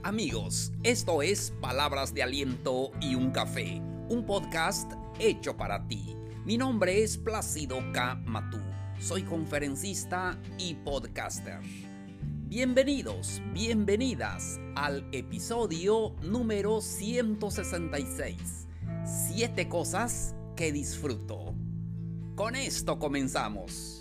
Amigos, esto es Palabras de Aliento y un Café, un podcast hecho para ti. Mi nombre es Plácido K. Matú, soy conferencista y podcaster. Bienvenidos, bienvenidas al episodio número 166, 7 cosas que disfruto. Con esto comenzamos.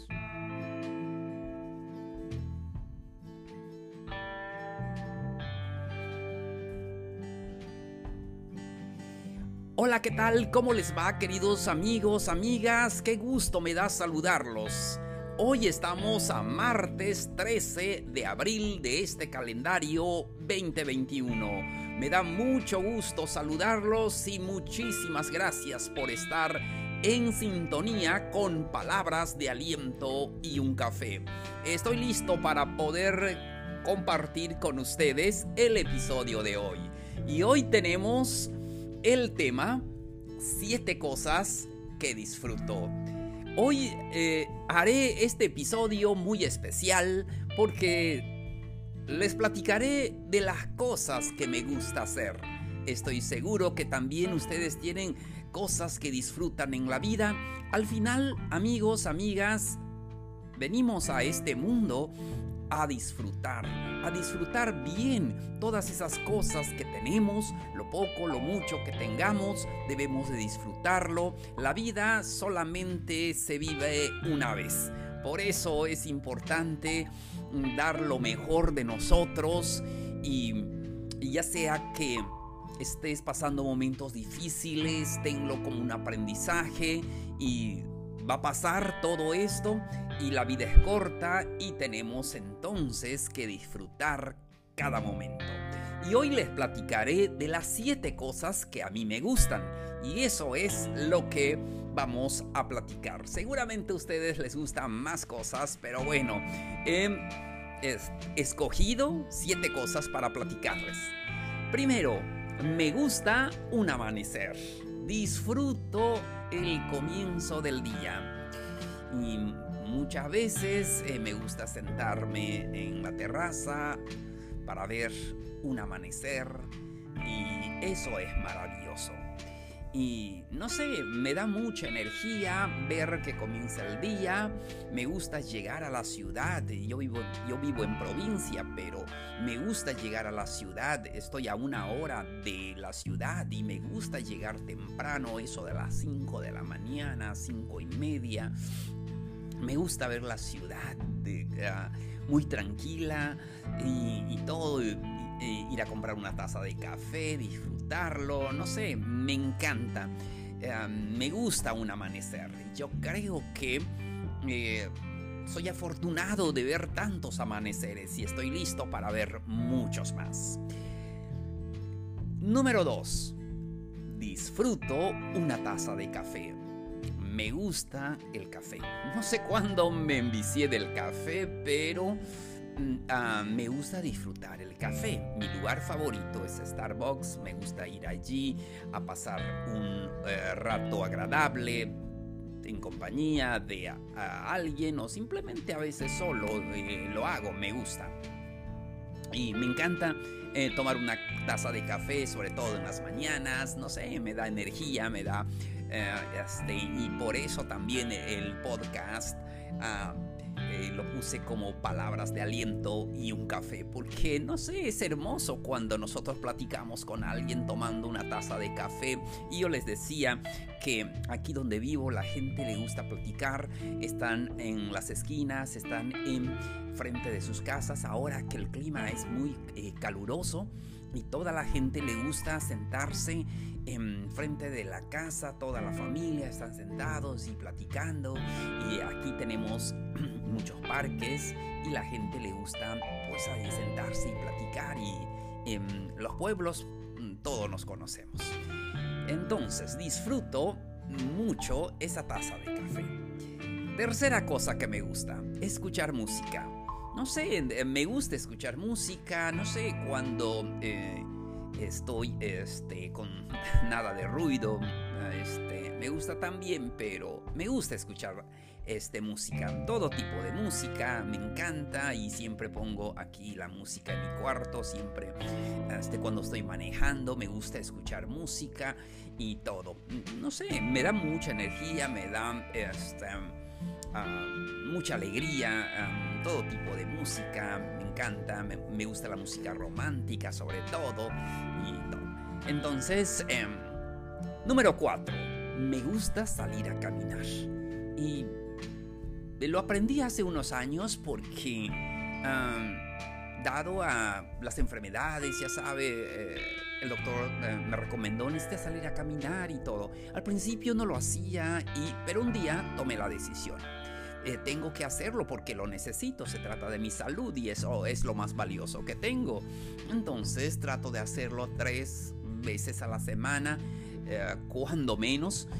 Hola, ¿qué tal? ¿Cómo les va, queridos amigos, amigas? Qué gusto me da saludarlos. Hoy estamos a martes 13 de abril de este calendario 2021. Me da mucho gusto saludarlos y muchísimas gracias por estar en sintonía con Palabras de Aliento y un Café. Estoy listo para poder compartir con ustedes el episodio de hoy. Y hoy tenemos el tema 7 cosas que disfruto. Hoy haré este episodio muy especial porque les platicaré de las cosas que me gusta hacer. Estoy seguro que también ustedes tienen cosas que disfrutan en la vida. Al final, amigos, amigas, venimos a este mundo a disfrutar bien todas esas cosas que tenemos, lo poco, lo mucho que tengamos, debemos de disfrutarlo. La vida solamente se vive una vez, por eso es importante dar lo mejor de nosotros y ya sea que estés pasando momentos difíciles, tenlo como un aprendizaje y va a pasar todo esto y la vida es corta y tenemos entonces que disfrutar cada momento. Y hoy les platicaré de las 7 cosas que a mí me gustan y eso es lo que vamos a platicar. Seguramente a ustedes les gustan más cosas, pero bueno, he escogido 7 cosas para platicarles. Primero, me gusta un amanecer. Disfruto el comienzo del día y muchas veces me gusta sentarme en la terraza para ver un amanecer y eso es maravilloso. Y no sé, me da mucha energía ver que comienza el día. Me gusta llegar a la ciudad. Yo vivo en provincia, pero me gusta llegar a la ciudad. Estoy a 1 hora de la ciudad y me gusta llegar temprano, eso de las 5 de la mañana, 5:30. Me gusta ver la ciudad muy tranquila y todo. Ir a comprar una taza de café, disfrutarlo, no sé, me encanta. Me gusta un amanecer. Yo creo que soy afortunado de ver tantos amaneceres y estoy listo para ver muchos más. Número 2. Disfruto una taza de café. Me gusta el café. No sé cuándo me envicié del café, pero me gusta disfrutar el café. Mi lugar favorito es Starbucks. Me gusta ir allí a pasar un rato agradable en compañía de alguien o simplemente a veces solo lo hago, me gusta. Y me encanta tomar una taza de café, sobre todo en las mañanas. No sé, me da energía, me da y por eso también el podcast lo puse como Palabras de Aliento y un Café, porque no sé, es hermoso cuando nosotros platicamos con alguien tomando una taza de café. Y yo les decía que aquí donde vivo la gente le gusta platicar, están en las esquinas, están en frente de sus casas, ahora que el clima es muy caluroso y toda la gente le gusta sentarse en frente de la casa, toda la familia están sentados y platicando, y aquí tenemos muchos parques y la gente le gusta pues ahí sentarse y platicar, y en los pueblos todos nos conocemos. Entonces disfruto mucho esa taza de café. Tercera cosa que me gusta, escuchar música. No sé, me gusta escuchar música, no sé, cuando estoy con nada de ruido, me gusta también, pero me gusta escuchar música, todo tipo de música, me encanta y siempre pongo aquí la música en mi cuarto, siempre cuando estoy manejando me gusta escuchar música y todo. No sé, me da mucha energía, me da mucha alegría, todo tipo de música, me encanta, me gusta la música romántica sobre todo y todo. Entonces, número 4, me gusta salir a caminar y lo aprendí hace unos años porque dado a las enfermedades, ya sabe, el doctor me recomendó necesitas salir a caminar y todo. Al principio no lo hacía, pero un día tomé la decisión. Tengo que hacerlo porque lo necesito, se trata de mi salud y eso es lo más valioso que tengo. Entonces trato de hacerlo 3 veces a la semana, cuando menos.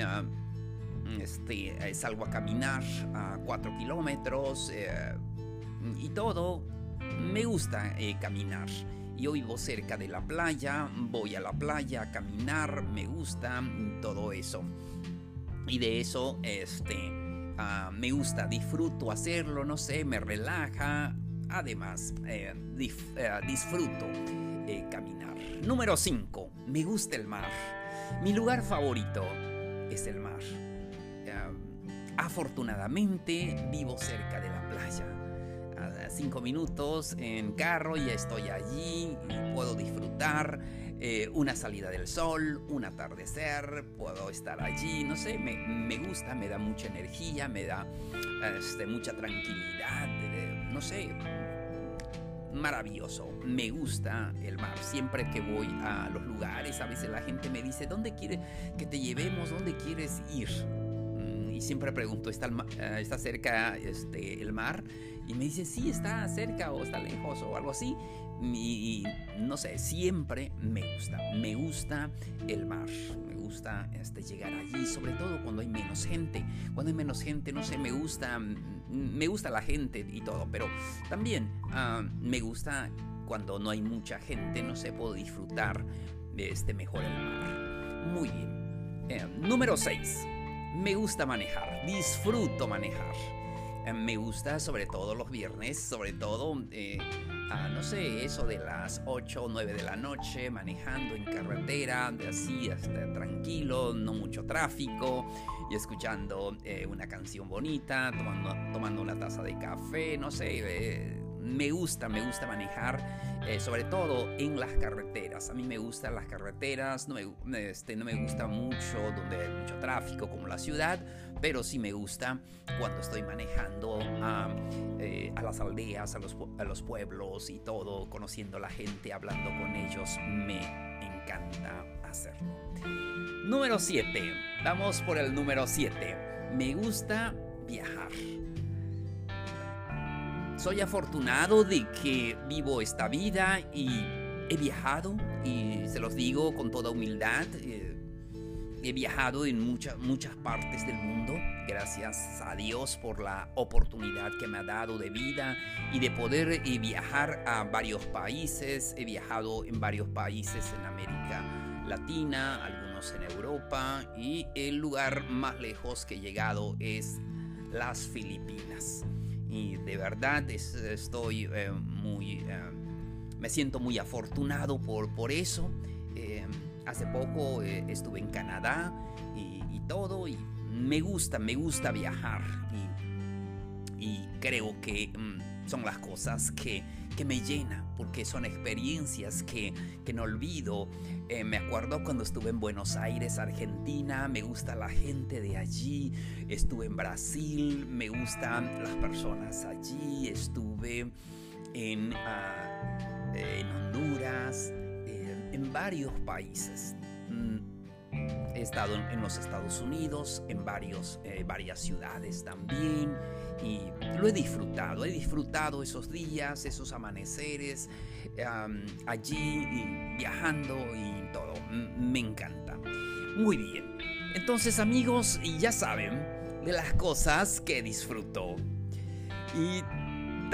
Salgo a caminar a 4 kilómetros y todo. Me gusta caminar. Yo vivo cerca de la playa, voy a la playa a caminar, me gusta todo eso. Y de eso me gusta, disfruto hacerlo, no sé, me relaja. Además, disfruto caminar. Número 5, me gusta el mar. Mi lugar favorito es el mar. Afortunadamente vivo cerca de la playa. A 5 minutos en carro ya estoy allí y puedo disfrutar una salida del sol, un atardecer, puedo estar allí, no sé, me gusta, me da mucha energía, me da mucha tranquilidad, no sé, maravilloso, me gusta el mar. Siempre que voy a los lugares, a veces la gente me dice, ¿dónde quieres que te llevemos? ¿Dónde quieres ir? Y siempre pregunto, ¿está cerca el mar? Y me dice, sí, está cerca o está lejos o algo así. Y no sé, siempre me gusta el mar. Me gusta llegar allí, sobre todo cuando hay menos gente. Cuando hay menos gente, no sé, me gusta la gente y todo. Pero también me gusta cuando no hay mucha gente, no sé, puedo disfrutar mejor el mar. Muy bien. Número 6. Me gusta manejar, disfruto manejar. Me gusta sobre todo los viernes, sobre todo, no sé, eso de las 8 o 9 de la noche, manejando en carretera, así, tranquilo, no mucho tráfico, y escuchando una canción bonita, tomando una taza de café, no sé, me gusta manejar, sobre todo en las carreteras. A mí me gustan las carreteras, no me gusta mucho donde hay mucho tráfico como la ciudad, pero sí me gusta cuando estoy manejando a las aldeas, a los pueblos y todo, conociendo a la gente, hablando con ellos, me encanta hacerlo. Número 7, vamos por el número 7, me gusta viajar. Soy afortunado de que vivo esta vida y he viajado, y se los digo con toda humildad, he viajado en muchas partes del mundo, gracias a Dios por la oportunidad que me ha dado de vida y de poder viajar a varios países. He viajado en varios países en América Latina, algunos en Europa, y el lugar más lejos que he llegado es las Filipinas. Y de verdad estoy me siento muy afortunado por eso. Hace poco estuve en Canadá y todo, y me gusta viajar, y creo que son las cosas que me llenan, porque son experiencias que no olvido. Me acuerdo cuando estuve en Buenos Aires, Argentina, me gusta la gente de allí. Estuve en Brasil, me gustan las personas allí. Estuve en Honduras, en varios países. He estado en los Estados Unidos, en varias ciudades también, y lo he disfrutado esos días, esos amaneceres allí, y viajando y todo. Me encanta. Muy bien. Entonces, amigos, ya saben de las cosas que disfruto. Y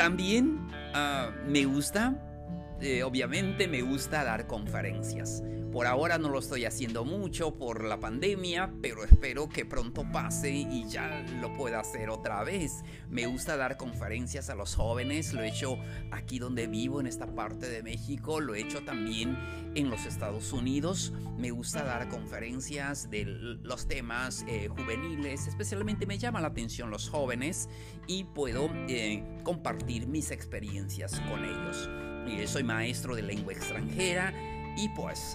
también me gusta, obviamente me gusta dar conferencias. Por ahora no lo estoy haciendo mucho por la pandemia, pero espero que pronto pase y ya lo pueda hacer otra vez. Me gusta dar conferencias a los jóvenes, lo he hecho aquí donde vivo, en esta parte de México, lo he hecho también en los Estados Unidos. Me gusta dar conferencias de los temas juveniles, especialmente me llama la atención los jóvenes y puedo compartir mis experiencias con ellos. Soy maestro de lengua extranjera y pues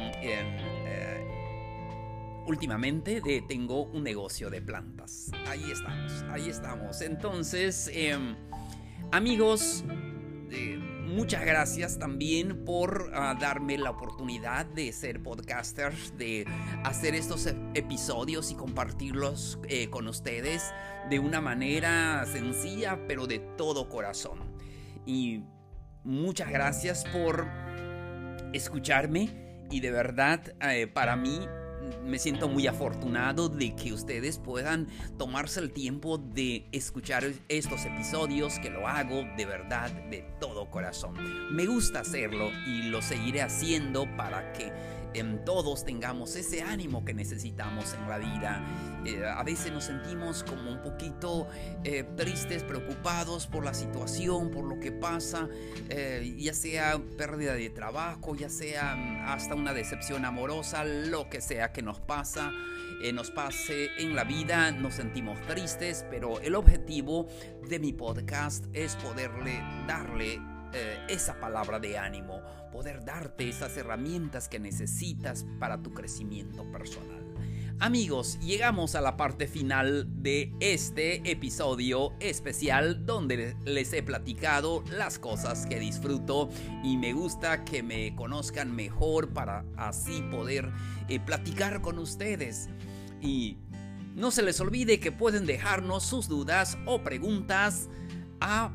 últimamente tengo un negocio de plantas. Ahí estamos. Entonces, amigos, muchas gracias también por darme la oportunidad de ser podcaster, de hacer estos episodios y compartirlos con ustedes de una manera sencilla, pero de todo corazón. Y muchas gracias por escucharme. Y de verdad, para mí, me siento muy afortunado de que ustedes puedan tomarse el tiempo de escuchar estos episodios, que lo hago de verdad, de todo corazón. Me gusta hacerlo y lo seguiré haciendo para que todos tengamos ese ánimo que necesitamos en la vida. A veces nos sentimos como un poquito tristes, preocupados por la situación, por lo que pasa, ya sea pérdida de trabajo, ya sea hasta una decepción amorosa, lo que sea que nos pase en la vida, nos sentimos tristes, pero el objetivo de mi podcast es poderle darle esa palabra de ánimo, poder darte esas herramientas que necesitas para tu crecimiento personal. Amigos, llegamos a la parte final de este episodio especial donde les he platicado las cosas que disfruto y me gusta que me conozcan mejor para así poder platicar con ustedes. Y no se les olvide que pueden dejarnos sus dudas o preguntas a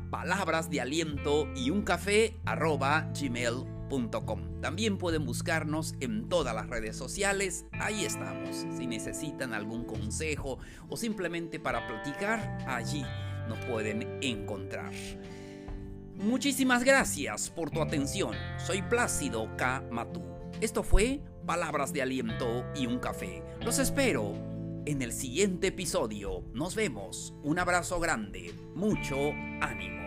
palabrasdealiento.gmail.com. También pueden buscarnos en todas las redes sociales, ahí estamos. Si necesitan algún consejo o simplemente para platicar, allí nos pueden encontrar. Muchísimas gracias por tu atención. Soy Plácido K. Matú. Esto fue Palabras de Aliento y un Café. Los espero en el siguiente episodio. Nos vemos. Un abrazo grande. Mucho ánimo.